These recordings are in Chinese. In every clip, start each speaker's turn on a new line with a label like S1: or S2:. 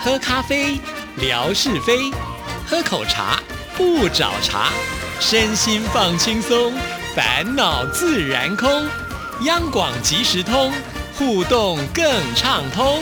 S1: 喝咖啡，聊是非；喝口茶，不找茬。身心放轻松，烦恼自然空。央广即时通，互动更畅通。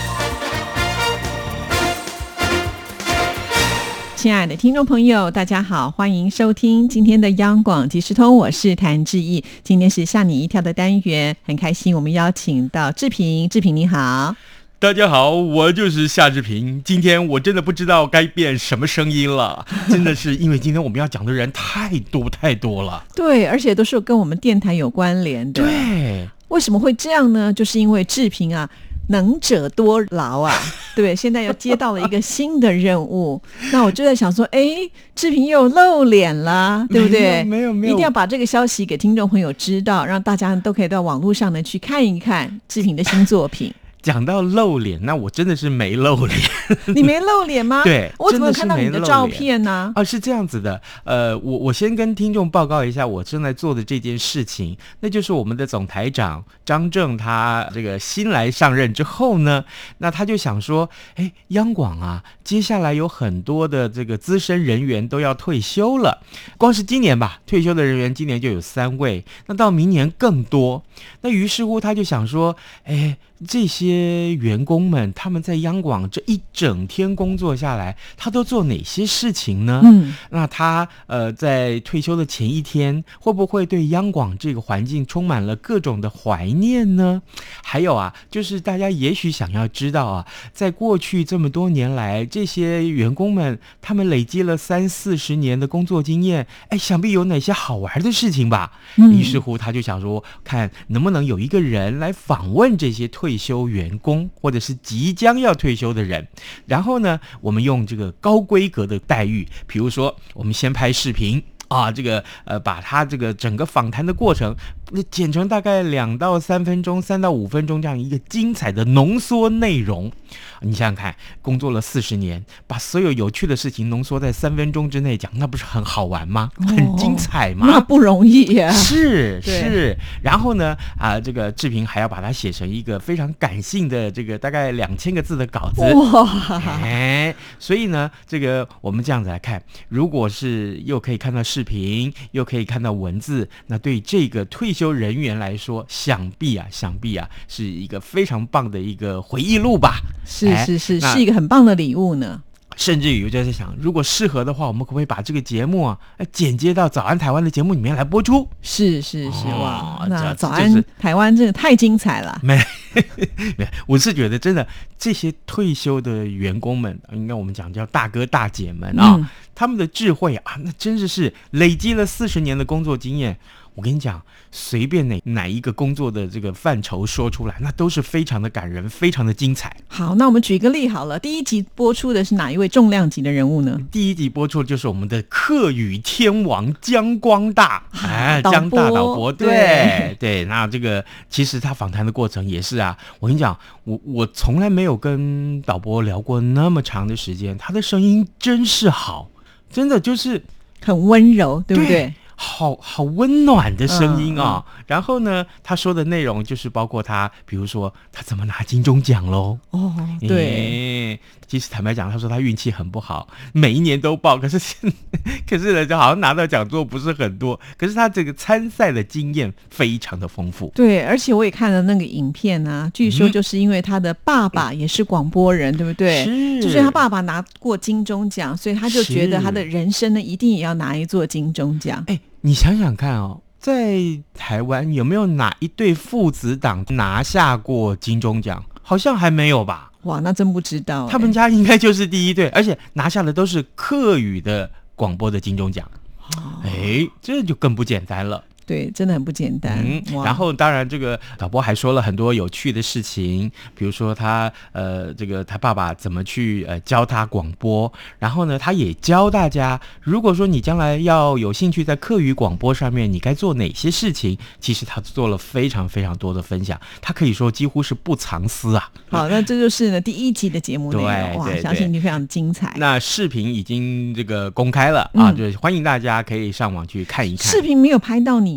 S2: 亲爱的听众朋友，大家好，欢迎收听今天的央广即时通，我是谭志毅。今天是吓你一跳的单元，很开心我们邀请到志平。志平你好。
S3: 大家好，我就是夏志平。今天我真的不知道该变什么声音了，真的是因为今天我们要讲的人太多了。
S2: 对，而且都是跟我们电台有关联的。
S3: 对，
S2: 为什么会这样呢？就是因为志平啊，能者多劳啊，对，现在又接到了一个新的任务，那我就在想说，志平又露脸了，对不对？
S3: 没有，
S2: 一定要把这个消息给听众朋友知道，让大家都可以到网络上呢去看一看志平的新作品。
S3: 讲到露脸，那我真的是没露脸。
S2: 你没露脸吗？
S3: 对，
S2: 我怎么有看到你的照片呢？
S3: 是这样子的。我先跟听众报告一下我正在做的这件事情，那就是我们的总台长张正，他这个新来上任之后呢，那他就想说，央广啊，接下来有很多的这个资深人员都要退休了，光是今年吧，退休的人员今年就有3位，那到明年更多。那于是乎他就想说，这些员工们他们在央广这一整天工作下来，他都做哪些事情呢？那他在退休的前一天，会不会对央广这个环境充满了各种的怀念呢？还有啊，就是大家也许想要知道啊，在过去这么多年来，这些员工们他们累积了30-40年的工作经验，想必有哪些好玩的事情吧？于是乎他就想说，看能不能有一个人来访问这些退休员工或者是即将要退休的人，然后呢我们用这个高规格的待遇，比如说我们先拍视频啊，这个把他这个整个访谈的过程剪成大概2到3分钟3到5分钟这样一个精彩的浓缩内容。你想想看，工作了40年，把所有有趣的事情浓缩在3分钟之内讲，那不是很好玩吗？很精彩吗？
S2: 那不容易呀。
S3: 是。然后呢这个志平还要把它写成一个非常感性的这个大概2000个字的稿子。所以呢这个我们这样子来看，如果是又可以看到视频又可以看到文字，那对这个退休人员来说，想必啊是一个非常棒的一个回忆录吧。
S2: 是一个很棒的礼物呢。
S3: 甚至于我就在想，如果适合的话，我们可不可以把这个节目啊剪接到早安台湾的节目里面来播出？
S2: 是哇，那早安台湾真的太精彩了。
S3: 没我是觉得真的这些退休的员工们，应该我们讲叫大哥大姐们啊，他们的智慧啊，那真的是累积了40年的工作经验。我跟你讲，随便哪一个工作的这个范畴说出来，那都是非常的感人，非常的精彩。
S2: 好，那我们举一个例好了，第一集播出的是哪一位重量级的人物呢？
S3: 第一集播出的就是我们的客语天王姜光大，姜大导播，对，那这个其实他访谈的过程也是啊，我跟你讲，我从来没有跟导播聊过那么长的时间，他的声音真是好，真的就是
S2: 很温柔，对不对？
S3: 好温暖的声音啊。然后呢他说的内容就是包括他比如说他怎么拿金钟奖咯。对，其实坦白讲，他说他运气很不好，每一年都报，可是呢就好像拿到奖座不是很多，可是他这个参赛的经验非常的丰富。
S2: 对，而且我也看了那个影片啊，据说就是因为他的爸爸也是广播人，对不对？就是他爸爸拿过金钟奖，所以他就觉得他的人生呢一定也要拿一座金钟奖。
S3: 你想想看哦，在台湾有没有哪一对父子档拿下过金钟奖？好像还没有吧。
S2: 哇，那真不知道。
S3: 他们家应该就是第一对，而且拿下的都是客语的广播的金钟奖。这就更不简单了。
S2: 对，真的很不简单。
S3: 然后当然这个导播还说了很多有趣的事情，比如说他这个他爸爸怎么去教他广播，然后呢他也教大家，如果说你将来要有兴趣在客语广播上面你该做哪些事情，其实他做了非常非常多的分享，他可以说几乎是不藏私啊。
S2: 好，那这就是呢第一集的节目内容。哇，相信你非常精彩。
S3: 那视频已经这个公开了啊，就是欢迎大家可以上网去看一看。
S2: 视频没有拍到你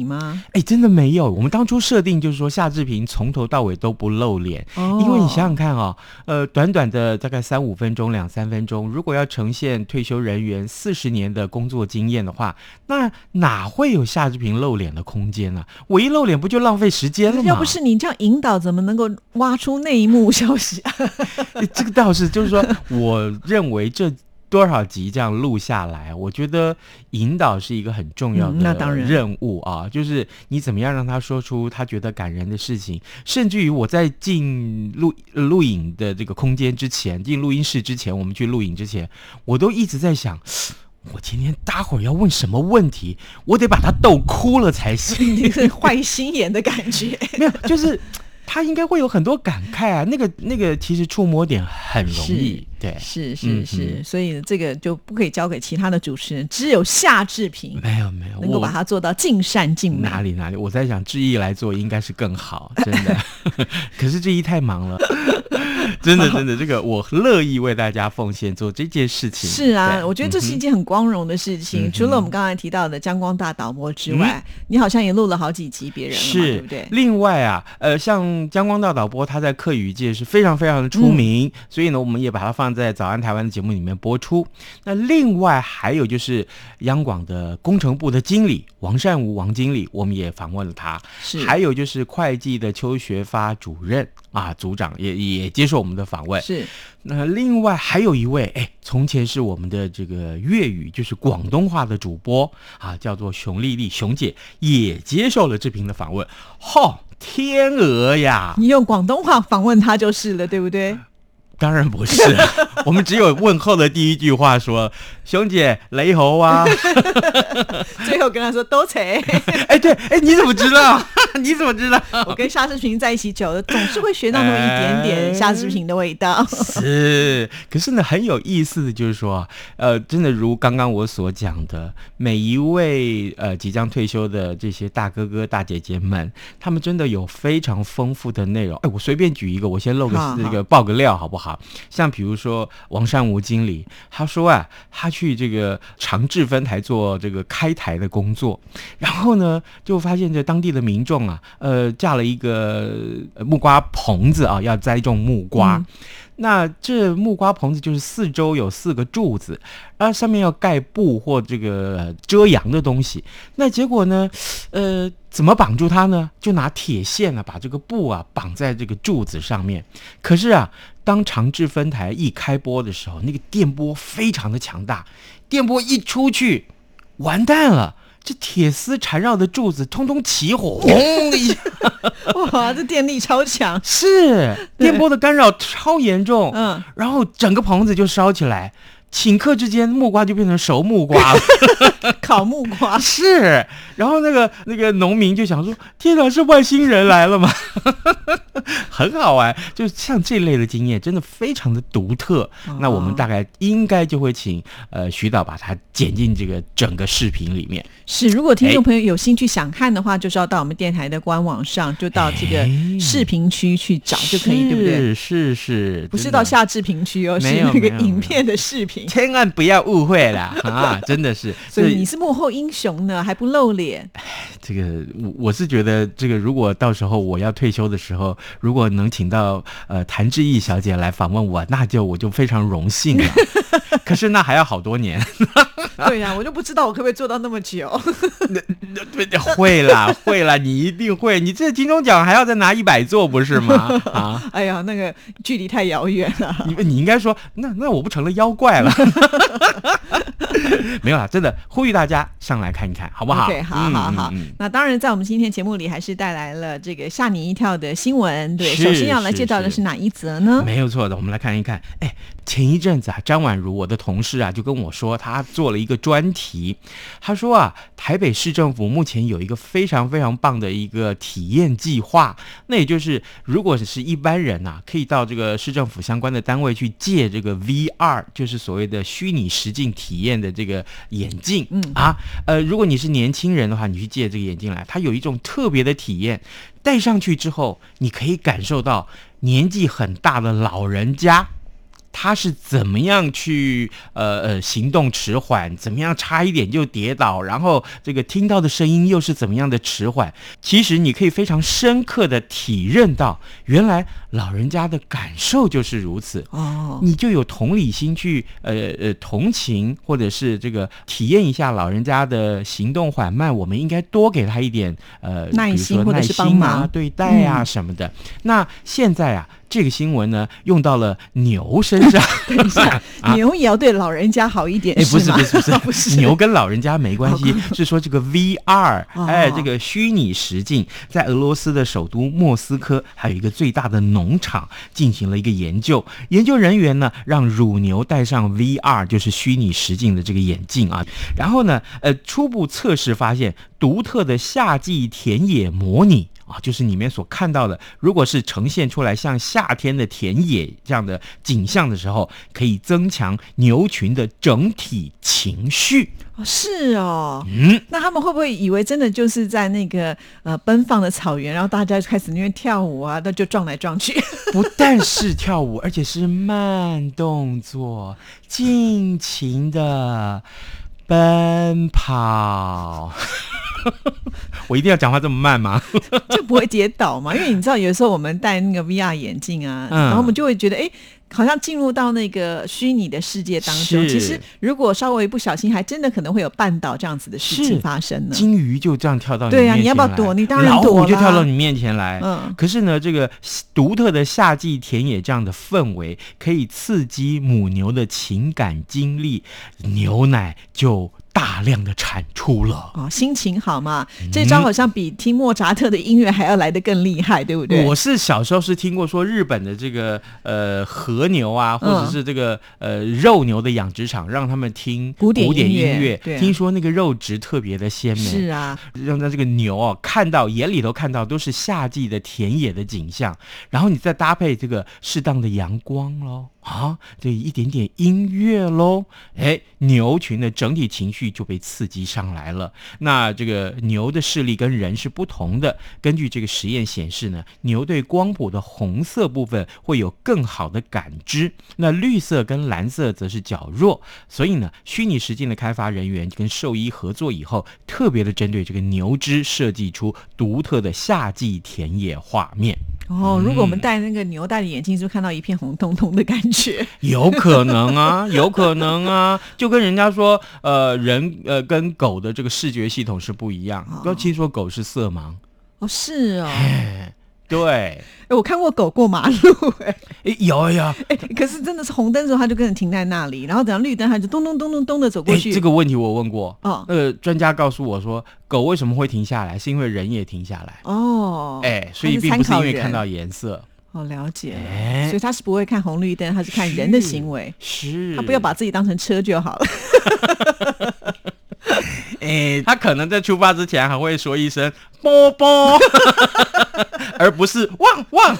S2: 你吗？
S3: 真的没有。我们当初设定就是说夏志平从头到尾都不露脸，因为你想想看哦，短短的大概3-5分钟、2-3分钟，如果要呈现退休人员40年的工作经验的话，那哪会有夏志平露脸的空间呢？我一露脸不就浪费时间了吗？
S2: 要不是你这样引导，怎么能够挖出内幕消息？
S3: 这个倒是，就是说，我认为这多少集这样录下来，我觉得引导是一个很重要的任务啊，就是你怎么样让他说出他觉得感人的事情，甚至于我在进录影的这个空间之前，进录音室之前，我们去录影之前，我都一直在想，我今天待会儿要问什么问题，我得把他逗哭了才行。
S2: 你是坏心眼的感觉。
S3: 没有，就是他应该会有很多感慨啊，那个其实触摸点很容易，对，
S2: 是，所以这个就不可以交给其他的主持人，只有夏志平
S3: 没有
S2: 能够把它做到尽善尽美。
S3: 哪里，我在想志毅来做应该是更好，真的。可是志毅太忙了。真的，这个我乐意为大家奉献做这件事情。
S2: 是啊，我觉得这是一件很光荣的事情。除了我们刚才提到的江光大导播之外，你好像也录了好几集别人了嘛，对不对？
S3: 另外啊，像江光大导播，他在客语界是非常非常的出名，所以呢，我们也把它放在早安台湾的节目里面播出。那另外还有就是央广的工程部的经理王善吾王经理，我们也访问了他。还有就是会计的邱学发主任啊，组长也接受我们的访问。
S2: 是，
S3: 那另外还有一位，从前是我们的这个粤语，就是广东话的主播啊，叫做熊丽丽熊姐，也接受了志平的访问。天鹅呀！
S2: 你用广东话访问他就是了，对不对？
S3: 当然不是，我们只有问候的第一句话说熊姐雷猴啊，
S2: 最后跟他说都贼。
S3: 对，你怎么知道？你怎么知道？
S2: 我跟夏志平在一起久了，总是会学到那么一点点夏志平的味道。
S3: 是，可是呢，很有意思的就是说，真的如刚刚我所讲的，每一位即将退休的这些大哥哥大姐姐们，他们真的有非常丰富的内容。我随便举一个，我先露个这个爆个料好不好？像比如说王善吾经理，他说啊，他去这个长治分台做这个开台的工作，然后呢，就发现这当地的民众啊，架了一个木瓜棚子啊，要栽种木瓜。那这木瓜棚子就是四周有4个柱子，上面要盖布或这个遮阳的东西。那结果呢，怎么绑住它呢？就拿铁线啊，把这个布啊绑在这个柱子上面。可是啊，当长治分台一开播的时候，那个电波非常的强大，电波一出去，完蛋了。这铁丝缠绕的柱子通通起火，轰的一下，
S2: 哇，这电力超强，
S3: 是电波的干扰超严重，然后整个棚子就烧起来，顷刻之间木瓜就变成熟木瓜了。
S2: 烤木瓜
S3: 是，然后那个农民就想说，天哪，是外星人来了吗？很好玩，就像这类的经验真的非常的独特。那我们大概应该就会请徐导把它剪进这个整个视频里面。
S2: 是，如果听众朋友有兴趣想看的话，就是要到我们电台的官网上，就到这个视频区去找就可以，对不对？
S3: 是，
S2: 不是到夏志平区哦，是那个影片的视频，
S3: 千万不要误会啦啊！真的是，
S2: 所以你是幕后英雄呢，还不露脸。
S3: 这个我是觉得，这个如果到时候我要退休的时候，如果能请到谭志毅小姐来访问我，那我就非常荣幸了。可是那还要好多年。
S2: 对呀，我就不知道我可不可以做到那么久。
S3: 会啦，你一定会。你这金钟奖还要再拿100座，不是吗？啊！
S2: 哎呀，那个距离太遥远了。
S3: 你应该说，那我不成了妖怪了。没有啦，真的呼吁大家上来看一看，好不好？
S2: OK， 好。那当然，在我们今天节目里还是带来了这个吓你一跳的新闻。对，首先要来介绍的是哪一则呢？
S3: 没有错的，我们来看一看。前一阵子啊，张婉如我的同事啊就跟我说，他做了一个专题。他说啊，台北市政府目前有一个非常非常棒的一个体验计划，那也就是如果是一般人啊，可以到这个市政府相关的单位去借这个 VR， 就是所谓的虚拟实境体验的这个眼镜。如果你是年轻人的话，你去借这个眼镜来，它有一种特别的体验，戴上去之后，你可以感受到年纪很大的老人家他是怎么样去行动迟缓，怎么样差一点就跌倒，然后这个听到的声音又是怎么样的迟缓，其实你可以非常深刻的体认到，原来老人家的感受就是如此哦，你就有同理心去同情或者是这个体验一下老人家的行动缓慢，我们应该多给他一点
S2: 耐心或者是帮忙
S3: 对待啊什么的。那现在啊，这个新闻呢用到了牛身上
S2: 等一下牛也要对老人家好一点
S3: 不是
S2: 不是
S3: 牛跟老人家没关系是说这个 VR 这个虚拟实境在俄罗斯的首都莫斯科还有一个最大的农场进行了一个研究，研究人员呢让乳牛戴上 VR 就是虚拟实境的这个眼镜啊，然后呢初步测试发现独特的夏季田野模拟就是里面所看到的，如果是呈现出来像夏天的田野这样的景象的时候，可以增强牛群的整体情绪。
S2: 是哦，那他们会不会以为真的就是在那个奔放的草原，然后大家开始那边跳舞啊，那就撞来撞去？
S3: 不但是跳舞，而且是慢动作，尽情的奔跑。我一定要讲话这么慢吗？
S2: 就不会跌倒嘛？因为你知道有时候我们戴那个 VR 眼镜啊，然后我们就会觉得好像进入到那个虚拟的世界当中，其实如果稍微不小心还真的可能会有绊倒这样子的事情发生呢。
S3: 金鱼就这样跳到你面前来，
S2: 对啊，你要不要躲？你当然躲啦。
S3: 老虎就跳到你面前来。可是呢，这个独特的夏季田野这样的氛围可以刺激母牛的情感经历，牛奶就大量的产出了。
S2: 心情好嘛，这招好像比听莫扎特的音乐还要来得更厉害，对不对？
S3: 我是小时候是听过说日本的这个和牛啊，或者是这个肉牛的养殖场让他们听古典音乐，听说那个肉质特别的鲜美。
S2: 是啊，
S3: 让这个牛看到眼里头看到都是夏季的田野的景象，然后你再搭配这个适当的阳光咯，这一点点音乐咯，牛群的整体情绪就被刺激上来了。那这个牛的视力跟人是不同的，根据这个实验显示呢，牛对光谱的红色部分会有更好的感知，那绿色跟蓝色则是较弱。所以呢，虚拟实境的开发人员跟兽医合作以后，特别的针对这个牛只设计出独特的夏季田野画面。
S2: 如果我们戴那个牛戴的眼镜，是不是看到一片红彤彤的感觉？
S3: 有可能啊，有可能啊，就跟人家说，人跟狗的这个视觉系统是不一样。不要听说狗是色盲。
S2: 是哦。
S3: 对，
S2: 我看过狗过马路，
S3: 有呀，
S2: 可是真的是红灯的时候，它就跟着停在那里，然后等到绿灯，它就咚咚咚咚咚的走过去。
S3: 这个问题我问过，专家告诉我说，狗为什么会停下来，是因为人也停下来。所以并不是因为看到颜色。
S2: 了解了，所以他是不会看红绿灯，他是看人的行为，
S3: 是
S2: 他不要把自己当成车就好了。
S3: 他可能在出发之前还会说一声啵啵而不是汪汪。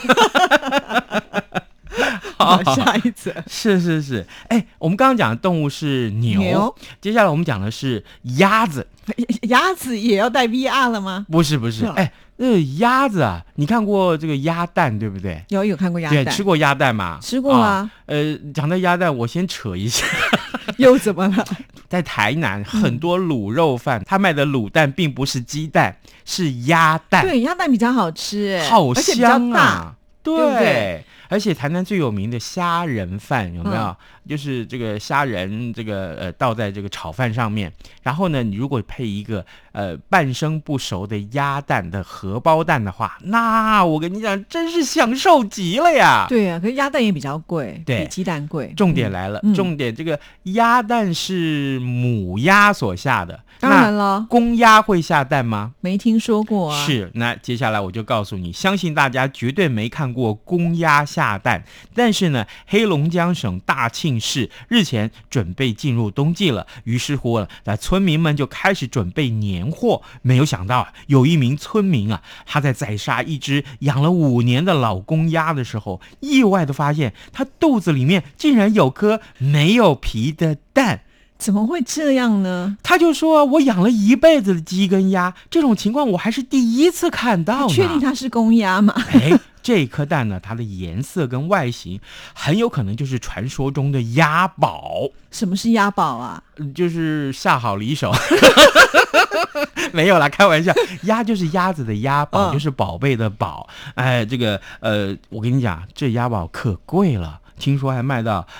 S2: 下一则
S3: 是我们刚刚讲的动物是牛，接下来我们讲的是鸭子。
S2: 鸭子也要戴 VR 了吗？
S3: 不是鸭子啊，你看过这个鸭蛋对不对？
S2: 有看过鸭蛋。
S3: 对，吃过鸭蛋吗？
S2: 吃过啊。
S3: 讲到鸭蛋，我先扯一下。
S2: 又怎么了？
S3: 在台南很多卤肉饭，他卖的卤蛋并不是鸡蛋，是鸭蛋。
S2: 对，鸭蛋比较好吃，
S3: 好香啊，
S2: 而且比较大。
S3: 对，而且台南最有名的虾仁饭有没有？就是这个虾仁这个倒在这个炒饭上面，然后呢，你如果配一个半生不熟的鸭蛋的荷包蛋的话，那我跟你讲，真是享受极了呀！
S2: 对啊，可是鸭蛋也比较贵，
S3: 对，
S2: 比鸡蛋贵。
S3: 重点来了，重点这个鸭蛋是母鸭所下的。
S2: 当然了，
S3: 公鸭会下蛋吗？
S2: 没听说过啊。
S3: 是，那接下来我就告诉你，相信大家绝对没看过公鸭下蛋。但是呢，黑龙江省大庆市日前准备进入冬季了，于是乎那村民们就开始准备年货。没有想到有一名村民他在宰杀一只养了5年的老公鸭的时候，意外的发现他肚子里面竟然有颗没有皮的蛋。
S2: 怎么会这样呢？
S3: 他就说，我养了一辈子的鸡跟鸭，这种情况我还是第一次看到呢。
S2: 确定它是公鸭吗？
S3: 这颗蛋呢，它的颜色跟外形很有可能就是传说中的鸭宝。
S2: 什么是鸭宝啊？
S3: 就是下好离手。没有啦，开玩笑。鸭就是鸭子的鸭，宝就是宝贝的宝。哎，这个我跟你讲，这鸭宝可贵了，听说还卖到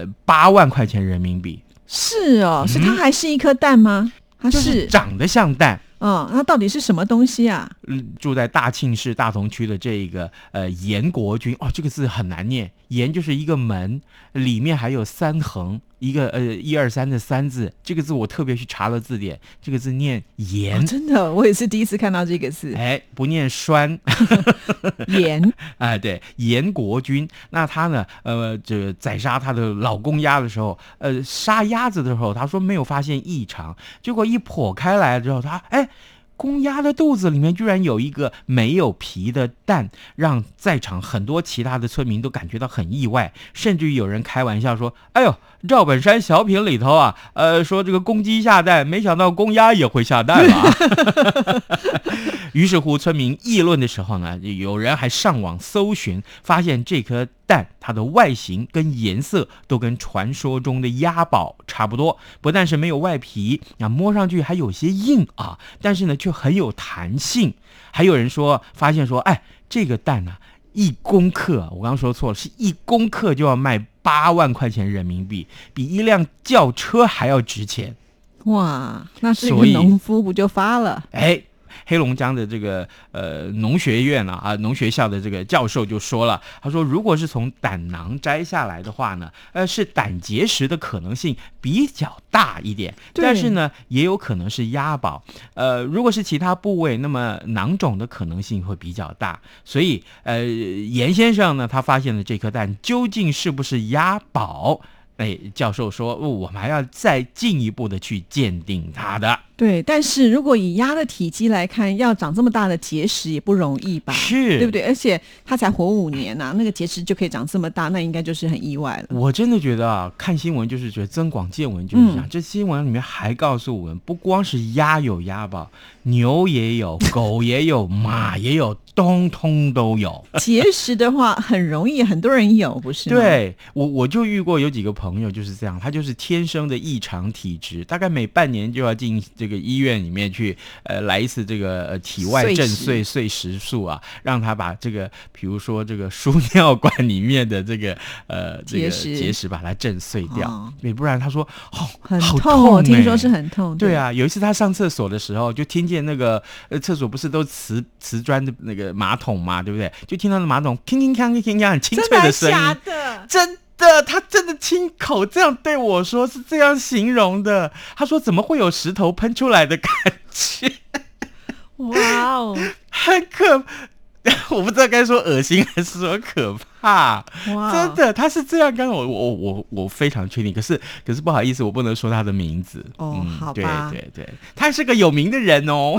S3: 8万块钱人民币。
S2: 是哦，所以它还是一颗蛋吗？它
S3: 就是长得像蛋。
S2: 那到底是什么东西啊？
S3: 住在大庆市大同区的这个严国军，这个字很难念，严就是一个门，里面还有3横，一个1、2、3的3字，这个字我特别去查了字典，这个字念严。
S2: 真的，我也是第一次看到这个字。
S3: 不念栓。
S2: 严。
S3: 对，严国军。那他呢这个宰杀他的老公鸭的时候，杀鸭子的时候，他说没有发现异常，结果一剖开来之后，他公鸭的肚子里面居然有一个没有皮的蛋，让在场很多其他的村民都感觉到很意外，甚至于有人开玩笑说：“哎呦，赵本山小品里头啊，说这个公鸡下蛋，没想到公鸭也会下蛋啊。”于是乎，村民议论的时候呢，有人还上网搜寻，发现这颗蛋它的外形跟颜色都跟传说中的鸭宝差不多，不但是没有外皮，摸上去还有些硬啊，但是呢却很有弹性。还有人发现说，这个蛋啊，1公克，我刚刚说错了，是1公克就要卖8万块钱人民币，比一辆轿车还要值钱。
S2: 哇，那是一个农夫不就发了？
S3: 黑龙江的这个农学院农学校的这个教授就说了，他说如果是从胆囊摘下来的话呢，是胆结石的可能性比较大一点，但是呢也有可能是鸭宝。如果是其他部位，那么囊肿的可能性会比较大。所以严先生呢，他发现的这颗蛋究竟是不是鸭宝？教授说，我们还要再进一步的去鉴定它的。
S2: 对，但是如果以鸭的体积来看，要长这么大的结石也不容易吧？
S3: 是，
S2: 对不对？而且它才活5年啊，那个结石就可以长这么大，那应该就是很意外了。
S3: 我真的觉得看新闻就是觉得增广见闻就是这样。这新闻里面还告诉我们，不光是鸭有鸭宝，牛也有，狗也有，马也有，通通都有。
S2: 结石的话很容易，很多人有，不是吗？
S3: 对，我就遇过有几个朋友就是这样，他就是天生的异常体质，大概每半年就要进这个医院里面去来一次这个体外震碎石术啊，让他把这个比如说这个输尿管里面的这个结石把它震碎掉，不然他说
S2: 很
S3: 好
S2: 痛听说是很痛。
S3: 对啊，有一次他上厕所的时候就听见那个厕所不是都瓷砖的那个马桶嘛，对不对？就听到那马桶铿铿锵铿铿锵很清脆的声音。
S2: 真的假的？
S3: 真的，他真的亲口这样对我说，是这样形容的。他说怎么会有石头喷出来的感觉？
S2: 哇哦，
S3: 很可我不知道该说恶心还是说可怕。真的，他是这样跟我非常确定。可是不好意思，我不能说他的名字。
S2: 好吧，
S3: 对，他是个有名的人哦。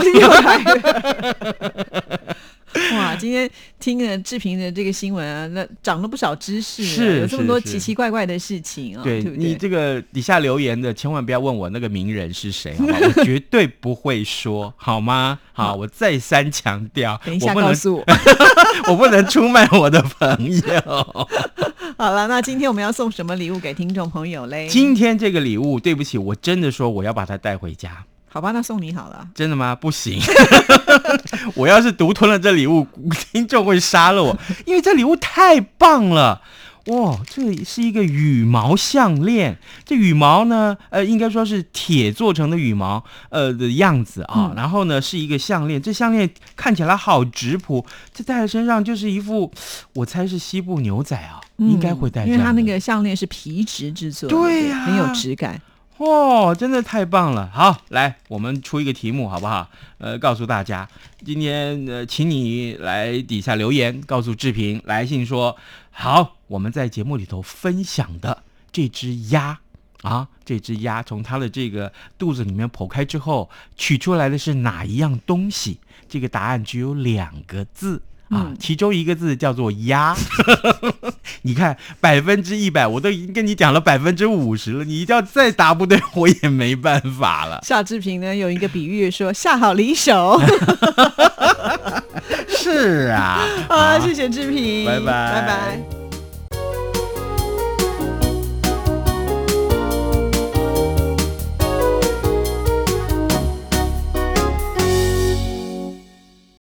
S2: 哇，今天听了志平的这个新闻啊，那长了不少知识，有这么多奇奇怪怪的事情啊。
S3: 对，
S2: 对不对？
S3: 你这个底下留言的，千万不要问我那个名人是谁，好吧？我绝对不会说，好吗？好，我再三强调，
S2: 等一下告诉我，
S3: 我不能出卖我的朋友。
S2: 好了，那今天我们要送什么礼物给听众朋友嘞？
S3: 今天这个礼物，对不起，我真的说我要把它带回家。
S2: 好吧，那送你好了。
S3: 真的吗？不行。我要是独吞了这礼物，听众会杀了我，因为这礼物太棒了。哇，这是一个羽毛项链，这羽毛呢，应该说是铁做成的羽毛，的样子啊。然后呢，是一个项链，这项链看起来好质朴，这戴在身上就是一副，我猜是西部牛仔啊，应该会戴这样的，
S2: 因为它那个项链是皮质制作的，
S3: 对呀，
S2: 很有质感。
S3: 真的太棒了！好，来，我们出一个题目好不好？告诉大家，今天请你来底下留言，告诉志平来信说，好，我们在节目里头分享的这只鸭啊，这只鸭从它的这个肚子里面剖开之后，取出来的是哪一样东西？这个答案只有2个字。其中一个字叫做鸭。你看100%，我都已经跟你讲了50%了，你要再答不对，我也没办法了。
S2: 夏志平呢有一个比喻说，下好离手。
S3: 是啊，
S2: 啊，谢谢志平，
S3: 拜拜
S2: 拜拜。